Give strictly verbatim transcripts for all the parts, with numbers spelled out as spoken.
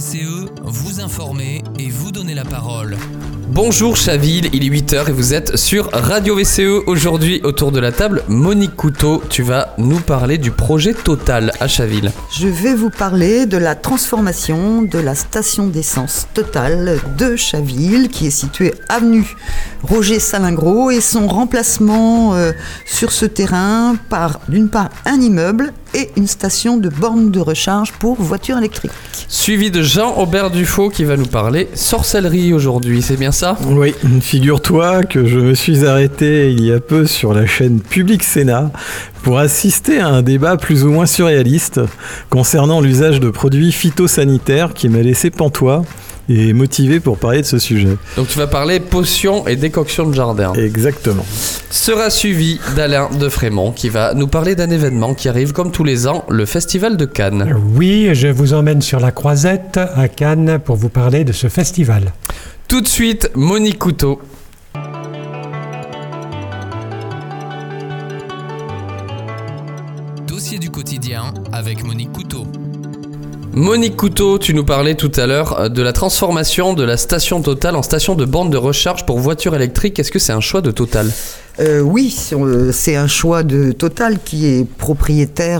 C E, vous informer et vous donner la parole. Bonjour Chaville, il est huit heures et vous êtes sur Radio V C E. Aujourd'hui, autour de la table, Monique Couteau, tu vas nous parler du projet Total à Chaville. Je vais vous parler de la transformation de la station d'essence Total de Chaville, qui est située avenue Roger Salingro, et son remplacement euh, sur ce terrain par, d'une part, un immeuble et une station de borne de recharge pour voitures électriques. Suivi de Jean-Aubert Dufaux qui va nous parler sorcellerie aujourd'hui, c'est bien ça ? Oui, figure-toi que je me suis arrêté il y a peu sur la chaîne Public Sénat pour assister à un débat plus ou moins surréaliste concernant l'usage de produits phytosanitaires qui m'a laissé pantois et motivé pour parler de ce sujet. Donc tu vas parler potions et décoctions de jardin. Exactement. Sera suivi d'Alain de Frémont qui va nous parler d'un événement qui arrive comme tous les ans, le Festival de Cannes. Oui, je vous emmène sur la Croisette à Cannes pour vous parler de ce festival. Tout de suite, Monique Couteau. Dossier du quotidien avec Monique Couteau. Monique Couteau, tu nous parlais tout à l'heure de la transformation de la station Total en station de borne de recharge pour voitures électriques. Est-ce que c'est un choix de Total ? Euh, oui, c'est un choix de Total qui est propriétaire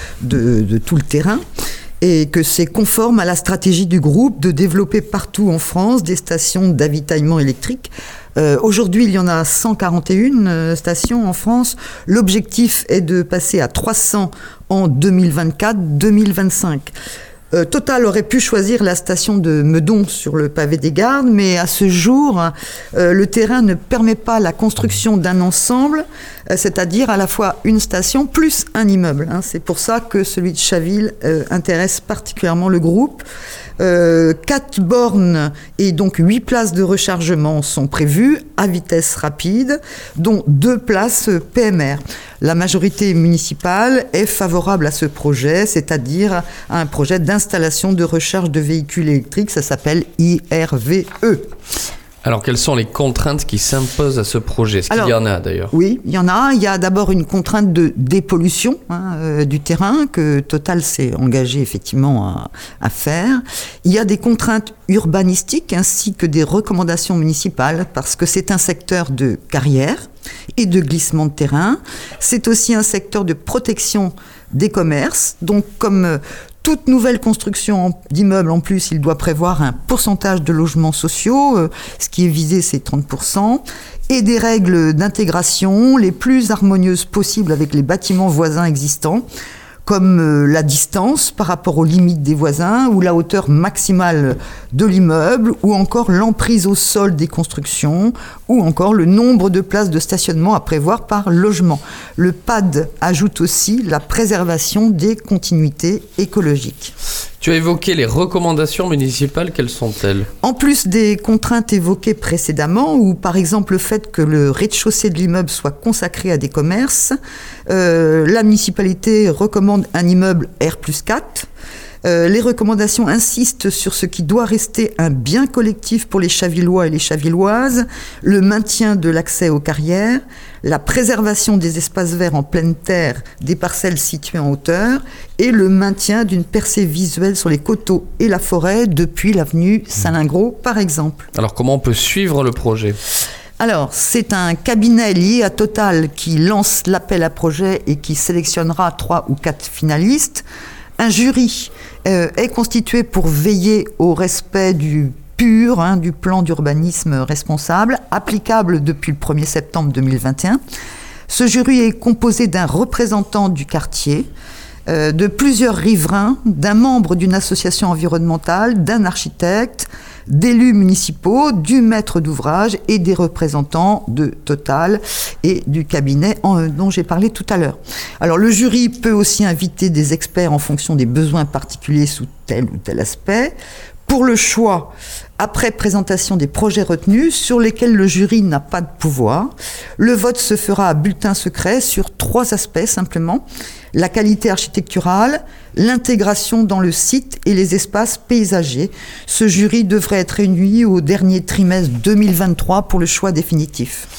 de, de tout le terrain, et que c'est conforme à la stratégie du groupe de développer partout en France des stations d'avitaillement électrique. Euh, aujourd'hui, il y en a cent quarante et une euh, stations en France. L'objectif est de passer à trois cents en deux mille vingt-quatre deux mille vingt-cinq. Euh, Total aurait pu choisir la station de Meudon sur le pavé des Gardes, mais à ce jour, euh, le terrain ne permet pas la construction d'un ensemble, euh, c'est-à-dire à la fois une station plus un immeuble. Hein. C'est pour ça que celui de Chaville euh, intéresse particulièrement le groupe. Euh, quatre bornes et donc huit places de rechargement sont prévues à vitesse rapide, dont deux places P M R. La majorité municipale est favorable à ce projet, c'est-à-dire à un projet d'installation de recharge de véhicules électriques, ça s'appelle I R V E. Alors, quelles sont les contraintes qui s'imposent à ce projet ? Est-ce qu'il Alors, y en a d'ailleurs ? Oui, il y en a. Il y a d'abord une contrainte de dépollution hein, euh, du terrain que Total s'est engagé effectivement à, à faire. Il y a des contraintes urbanistiques ainsi que des recommandations municipales parce que c'est un secteur de carrière et de glissement de terrain. C'est aussi un secteur de protection des commerces. Donc, comme euh, toute nouvelle construction d'immeubles, en plus, il doit prévoir un pourcentage de logements sociaux. Euh, ce qui est visé, c'est trente pour cent. Et des règles d'intégration les plus harmonieuses possibles avec les bâtiments voisins existants, comme euh, la distance par rapport aux limites des voisins, ou la hauteur maximale de l'immeuble, ou encore l'emprise au sol des constructions, ou encore le nombre de places de stationnement à prévoir par logement. Le P A D ajoute aussi la préservation des continuités écologiques. Tu as évoqué les recommandations municipales, quelles sont-elles ? En plus des contraintes évoquées précédemment, ou par exemple le fait que le rez-de-chaussée de l'immeuble soit consacré à des commerces, euh, la municipalité recommande un immeuble R plus quatre. Euh, les recommandations insistent sur ce qui doit rester un bien collectif pour les Chavillois et les Chavilloises, le maintien de l'accès aux carrières, la préservation des espaces verts en pleine terre des parcelles situées en hauteur et le maintien d'une percée visuelle sur les coteaux et la forêt depuis l'avenue Salingro par exemple. Alors comment on peut suivre le projet ? Alors, c'est un cabinet lié à Total qui lance l'appel à projet et qui sélectionnera trois ou quatre finalistes. Un jury euh, est constitué pour veiller au respect du pur, hein, du plan d'urbanisme responsable, applicable depuis le premier septembre deux mille vingt et un. Ce jury est composé d'un représentant du quartier, euh, de plusieurs riverains, d'un membre d'une association environnementale, d'un architecte, d'élus municipaux, du maître d'ouvrage et des représentants de Total et du cabinet en, dont j'ai parlé tout à l'heure. Alors le jury peut aussi inviter des experts en fonction des besoins particuliers sous tel ou tel aspect. Pour le choix, après présentation des projets retenus sur lesquels le jury n'a pas de pouvoir, le vote se fera à bulletin secret sur trois aspects simplement: la qualité architecturale, l'intégration dans le site et les espaces paysagers. Ce jury devrait être réuni au dernier trimestre deux mille vingt-trois pour le choix définitif.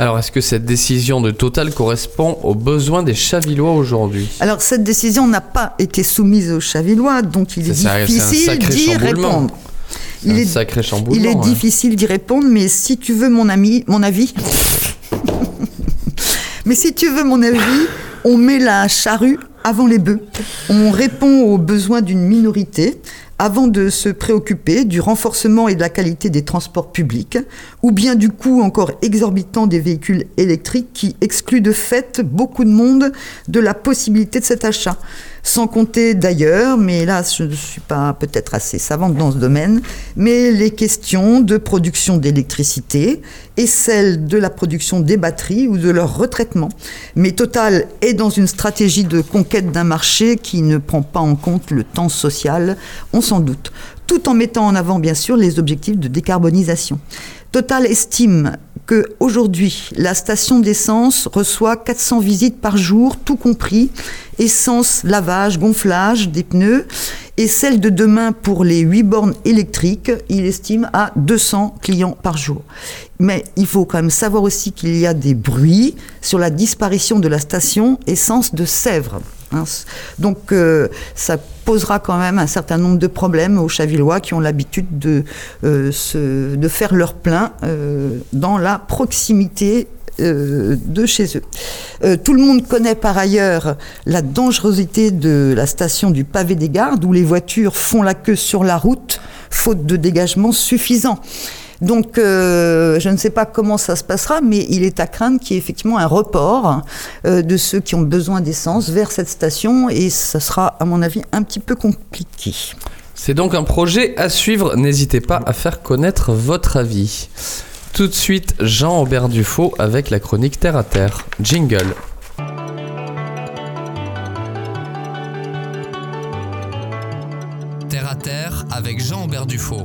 Alors, est-ce que cette décision de Total correspond aux besoins des Chavillois aujourd'hui ? Alors, cette décision n'a pas été soumise aux Chavillois, donc il est c'est difficile un d'y répondre. Il il est, est, sacré chamboulement, il est ouais. difficile d'y répondre, mais si tu veux mon ami, mon avis, mais si tu veux mon avis, on met la charrue avant les bœufs. On répond aux besoins d'une minorité avant de se préoccuper du renforcement et de la qualité des transports publics, ou bien du coût encore exorbitant des véhicules électriques qui exclut de fait beaucoup de monde de la possibilité de cet achat. Sans compter d'ailleurs, mais là je ne suis pas peut-être assez savante dans ce domaine, mais les questions de production d'électricité et celles de la production des batteries ou de leur retraitement. Mais Total est dans une stratégie de conquête d'un marché qui ne prend pas en compte le temps social, on s'en doute, tout en mettant en avant bien sûr les objectifs de décarbonisation. Total estime qu'aujourd'hui, la station d'essence reçoit quatre cents visites par jour, tout compris, essence, lavage, gonflage des pneus, et celle de demain pour les huit bornes électriques, il estime à deux cents clients par jour. Mais il faut quand même savoir aussi qu'il y a des bruits sur la disparition de la station essence de Sèvres. Donc euh, ça posera quand même un certain nombre de problèmes aux Chavillois qui ont l'habitude de, euh, se, de faire leur plein euh, dans la proximité euh, de chez eux. Euh, tout le monde connaît par ailleurs la dangerosité de la station du Pavé des Gardes où les voitures font la queue sur la route faute de dégagement suffisant. Donc, euh, je ne sais pas comment ça se passera, mais il est à craindre qu'il y ait effectivement un report euh, de ceux qui ont besoin d'essence vers cette station, et ça sera, à mon avis, un petit peu compliqué. C'est donc un projet à suivre. N'hésitez pas à faire connaître votre avis. Tout de suite, Jean-Aubert Dufaux avec la chronique Terre à Terre. Jingle. Terre à Terre avec Jean-Aubert Dufaux.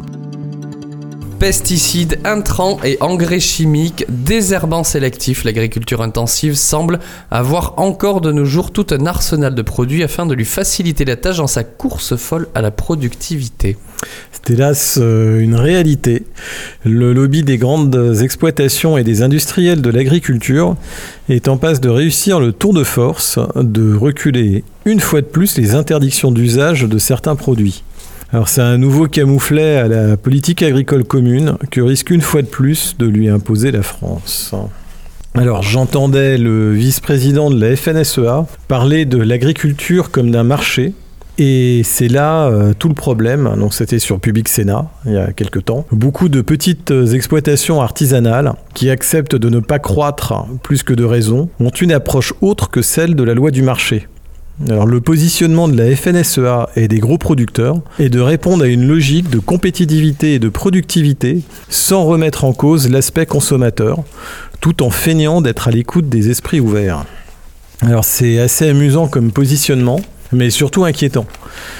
Pesticides, intrants et engrais chimiques, désherbants sélectifs, l'agriculture intensive semble avoir encore de nos jours tout un arsenal de produits afin de lui faciliter la tâche dans sa course folle à la productivité. C'est hélas une réalité. Le lobby des grandes exploitations et des industriels de l'agriculture est en passe de réussir le tour de force de reculer une fois de plus les interdictions d'usage de certains produits. Alors c'est un nouveau camouflet à la politique agricole commune que risque une fois de plus de lui imposer la France. Alors j'entendais le vice-président de la F N S E A parler de l'agriculture comme d'un marché, et c'est là euh, tout le problème. Donc c'était sur Public Sénat il y a quelques temps. Beaucoup de petites exploitations artisanales qui acceptent de ne pas croître plus que de raison ont une approche autre que celle de la loi du marché. Alors, le positionnement de la F N S E A et des gros producteurs est de répondre à une logique de compétitivité et de productivité sans remettre en cause l'aspect consommateur, tout en feignant d'être à l'écoute des esprits ouverts. Alors c'est assez amusant comme positionnement, mais surtout inquiétant,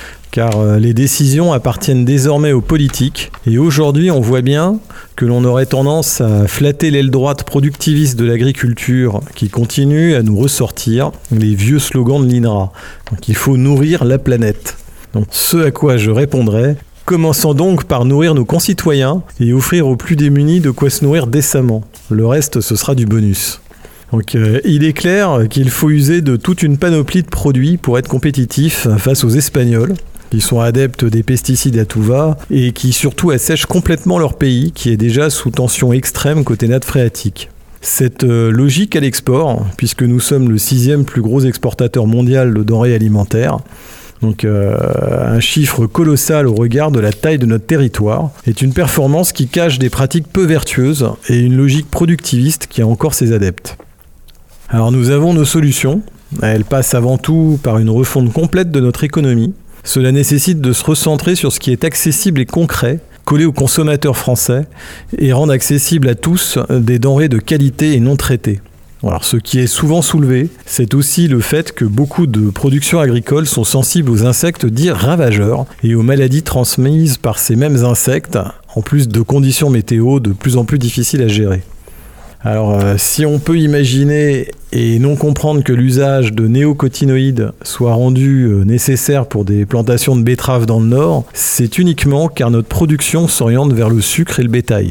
car les décisions appartiennent désormais aux politiques, et aujourd'hui on voit bien que l'on aurait tendance à flatter l'aile droite productiviste de l'agriculture qui continue à nous ressortir les vieux slogans de l'I N R A. Donc il faut nourrir la planète. Donc ce à quoi je répondrai: commençons donc par nourrir nos concitoyens et offrir aux plus démunis de quoi se nourrir décemment. Le reste, ce sera du bonus. Donc euh, il est clair qu'il faut user de toute une panoplie de produits pour être compétitif face aux Espagnols, qui sont adeptes des pesticides à tout va et qui surtout assèchent complètement leur pays qui est déjà sous tension extrême côté nappe phréatique. Cette euh, logique à l'export, puisque nous sommes le sixième plus gros exportateur mondial de denrées alimentaires, donc euh, un chiffre colossal au regard de la taille de notre territoire, est une performance qui cache des pratiques peu vertueuses et une logique productiviste qui a encore ses adeptes. Alors nous avons nos solutions. Elles passent avant tout par une refonte complète de notre économie. Cela nécessite de se recentrer sur ce qui est accessible et concret, collé aux consommateurs français, et rendre accessible à tous des denrées de qualité et non traitées. Alors, ce qui est souvent soulevé, c'est aussi le fait que beaucoup de productions agricoles sont sensibles aux insectes dits ravageurs et aux maladies transmises par ces mêmes insectes, en plus de conditions météo de plus en plus difficiles à gérer. Alors, euh, si on peut imaginer et non comprendre que l'usage de néocotinoïdes soit rendu euh, nécessaire pour des plantations de betteraves dans le Nord, c'est uniquement car notre production s'oriente vers le sucre et le bétail.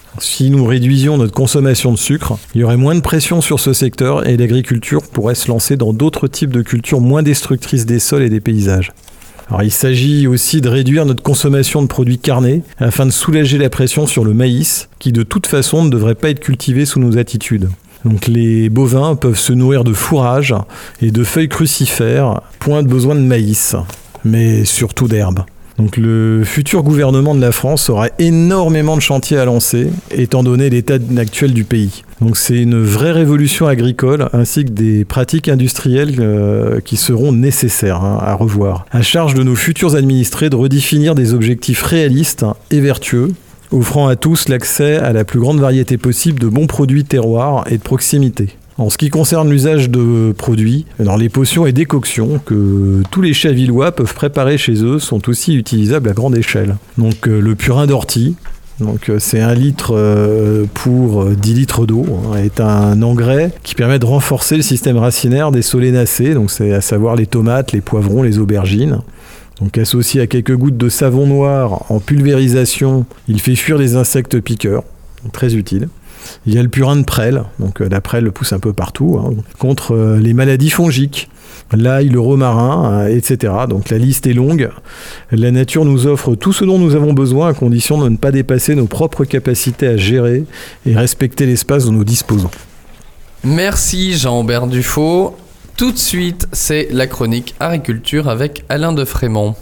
Si nous réduisions notre consommation de sucre, il y aurait moins de pression sur ce secteur et l'agriculture pourrait se lancer dans d'autres types de cultures moins destructrices des sols et des paysages. Alors, il s'agit aussi de réduire notre consommation de produits carnés afin de soulager la pression sur le maïs qui de toute façon ne devrait pas être cultivé sous nos attitudes. Donc les bovins peuvent se nourrir de fourrage et de feuilles crucifères, point de besoin de maïs, mais surtout d'herbes. Donc le futur gouvernement de la France aura énormément de chantiers à lancer, étant donné l'état actuel du pays. Donc c'est une vraie révolution agricole, ainsi que des pratiques industrielles euh, qui seront nécessaires hein, à revoir. À charge de nos futurs administrés de redéfinir des objectifs réalistes et vertueux, offrant à tous l'accès à la plus grande variété possible de bons produits terroirs et de proximité. En ce qui concerne l'usage de produits, alors les potions et décoctions que tous les Chavillois peuvent préparer chez eux sont aussi utilisables à grande échelle. Donc euh, le purin d'ortie, donc euh, c'est un litre euh, pour dix litres d'eau, hein, est un engrais qui permet de renforcer le système racinaire des solénacées, donc c'est à savoir les tomates, les poivrons, les aubergines. Donc associé à quelques gouttes de savon noir en pulvérisation, il fait fuir les insectes piqueurs, très utile. Il y a le purin de prêle, donc euh, la prêle pousse un peu partout, hein, contre euh, les maladies fongiques, l'ail, le romarin, euh, et cetera. Donc la liste est longue. La nature nous offre tout ce dont nous avons besoin à condition de ne pas dépasser nos propres capacités à gérer et respecter l'espace dont nous disposons. Merci Jean-Aubert Dufaux. Tout de suite, c'est la chronique agriculture avec Alain de Frémont.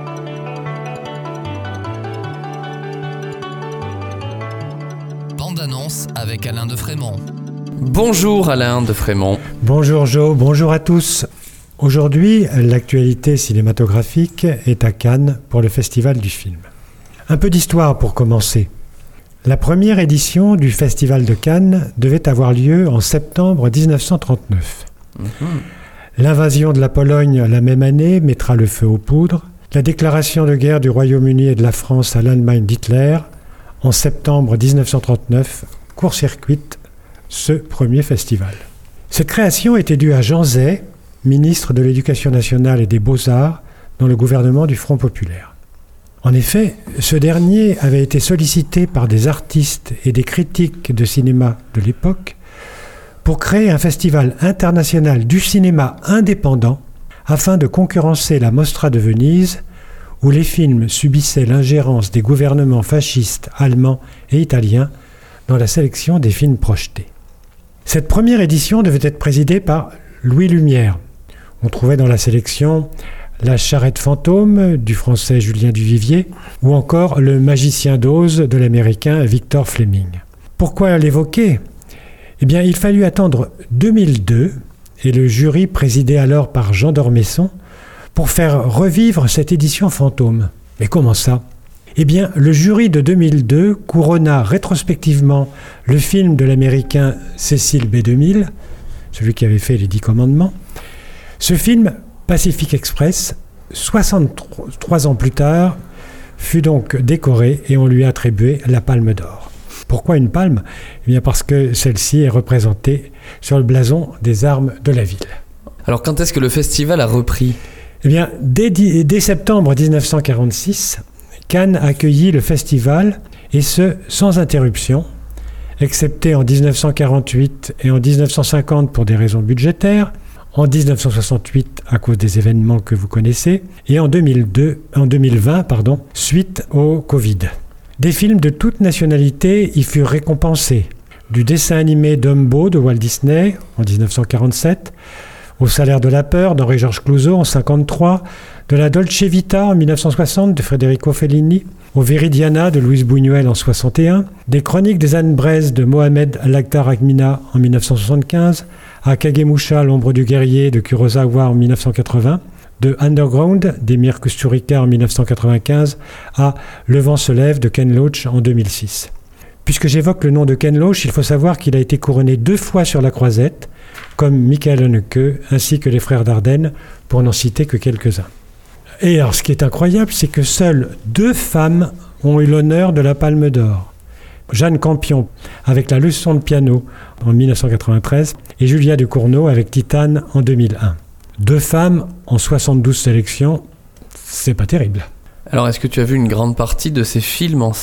Bande-annonce avec Alain de Frémont. Bonjour Alain de Frémont. Bonjour Jo, bonjour à tous. Aujourd'hui, l'actualité cinématographique est à Cannes pour le Festival du film. Un peu d'histoire pour commencer. La première édition du Festival de Cannes devait avoir lieu en septembre dix-neuf cent trente-neuf. Mmh. L'invasion de la Pologne la même année mettra le feu aux poudres. La déclaration de guerre du Royaume-Uni et de la France à l'Allemagne d'Hitler en septembre dix-neuf cent trente-neuf court-circuite ce premier festival. Cette création était due à Jean Zay, ministre de l'Éducation nationale et des Beaux-Arts dans le gouvernement du Front populaire. En effet, ce dernier avait été sollicité par des artistes et des critiques de cinéma de l'époque pour créer un festival international du cinéma indépendant afin de concurrencer la Mostra de Venise, où les films subissaient l'ingérence des gouvernements fascistes allemands et italiens dans la sélection des films projetés. Cette première édition devait être présidée par Louis Lumière. On trouvait dans la sélection La charrette fantôme du français Julien Duvivier ou encore Le magicien d'Oz de l'américain Victor Fleming. Pourquoi l'évoquer ? Eh bien, il fallut attendre deux mille deux et le jury présidé alors par Jean d'Ormesson pour faire revivre cette édition fantôme. Mais comment ça ? Eh bien, le jury de deux mille deux couronna rétrospectivement le film de l'américain Cecil B. DeMille, celui qui avait fait Les Dix Commandements. Ce film, Pacific Express, soixante-trois ans plus tard, fut donc décoré et on lui a attribué la Palme d'Or. Pourquoi une palme ? Eh bien parce que celle-ci est représentée sur le blason des armes de la ville. Alors quand est-ce que le festival a repris ? Eh bien, dès, dès septembre dix-neuf cent quarante-six, Cannes accueillit le festival, et ce, sans interruption, excepté en dix-neuf cent quarante-huit et en dix-neuf cent cinquante pour des raisons budgétaires, en dix-neuf cent soixante-huit à cause des événements que vous connaissez, et en, deux mille deux, en deux mille vingt, pardon, suite au Covid. Des films de toute nationalité y furent récompensés, du dessin animé Dumbo de Walt Disney en dix-neuf cent quarante-sept, au Salaire de la peur d'Henri-Georges Clouzot en cinquante-trois, de la Dolce Vita en dix-neuf cent soixante de Federico Fellini, au Viridiana de Louise Buñuel en soixante et un, des Chroniques des ânes braises de Mohamed Lakhdar Agmina en dix-neuf cent soixante-quinze, à Kagemusha, l'ombre du guerrier de Kurosawa en dix-neuf cent quatre-vingts, de Underground d'Emir Kusturica en dix-neuf cent quatre-vingt-quinze, à Le vent se lève de Ken Loach en deux mille six. Puisque j'évoque le nom de Ken Loach, il faut savoir qu'il a été couronné deux fois sur la Croisette, comme Michael Haneke ainsi que les frères Dardenne, pour n'en citer que quelques-uns. Et alors, ce qui est incroyable, c'est que seules deux femmes ont eu l'honneur de la Palme d'Or. Jeanne Campion, avec La leçon de piano en dix-neuf cent quatre-vingt-treize, et Julia Ducournau avec Titane en deux mille un. Deux femmes en soixante-douze sélections, c'est pas terrible. Alors, est-ce que tu as vu une grande partie de ces films en salle ?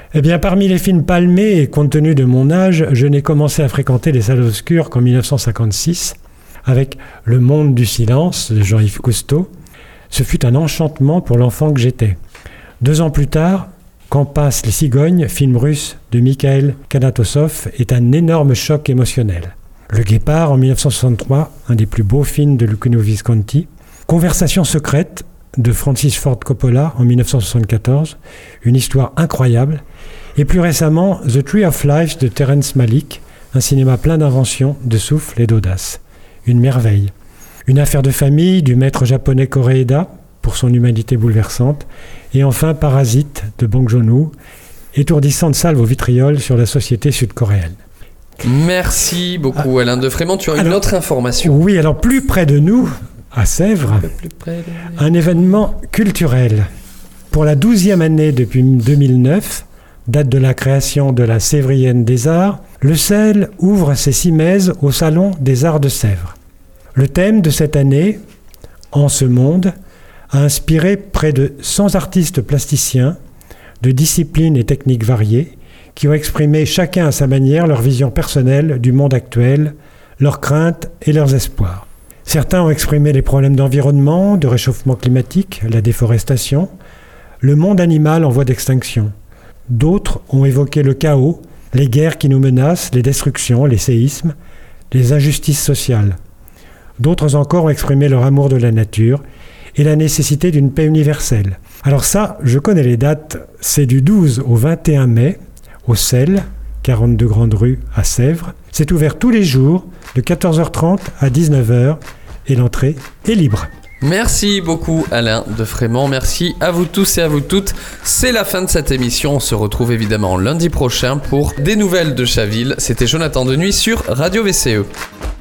Eh bien, parmi les films palmés, et compte tenu de mon âge, je n'ai commencé à fréquenter les salles obscures qu'en dix-neuf cent cinquante-six, avec Le Monde du Silence de Jean-Yves Cousteau. Ce fut un enchantement pour l'enfant que j'étais. Deux ans plus tard, Quand passent les cigognes, film russe de Mikhail Kanatosov, est un énorme choc émotionnel. Le Guépard en dix-neuf cent soixante-trois, un des plus beaux films de Luchino Visconti. Conversation secrète de Francis Ford Coppola en dix-neuf cent soixante-quatorze, une histoire incroyable. Et plus récemment, The Tree of Life de Terrence Malick, un cinéma plein d'inventions, de souffle et d'audace. Une merveille. Une affaire de famille du maître japonais Koreeda, pour son humanité bouleversante. Et enfin, Parasite de Bong Joon-ho, étourdissante salve au vitriol sur la société sud-coréenne. Merci beaucoup, ah, Alain de Frémont. Tu as alors, une autre information. Oui, alors plus près de nous, à Sèvres, un, plus près de... un événement culturel. Pour la douzième année depuis deux mille neuf, date de la création de la Sévrienne des Arts, le C E L ouvre ses cimaises au Salon des Arts de Sèvres. Le thème de cette année, En ce monde, a inspiré près de cent artistes plasticiens de disciplines et techniques variées qui ont exprimé chacun à sa manière leur vision personnelle du monde actuel, leurs craintes et leurs espoirs. Certains ont exprimé les problèmes d'environnement, de réchauffement climatique, la déforestation, le monde animal en voie d'extinction. D'autres ont évoqué le chaos, les guerres qui nous menacent, les destructions, les séismes, les injustices sociales. D'autres encore ont exprimé leur amour de la nature et la nécessité d'une paix universelle. Alors ça, je connais les dates, c'est du douze au vingt et un mai, au C E L, quarante-deux Grande Rue à Sèvres. C'est ouvert tous les jours, de quatorze heures trente à dix-neuf heures, et l'entrée est libre. Merci beaucoup Alain de Frémont, merci à vous tous et à vous toutes. C'est la fin de cette émission, on se retrouve évidemment lundi prochain pour des nouvelles de Chaville. C'était Jonathan Denuy sur Radio V C E.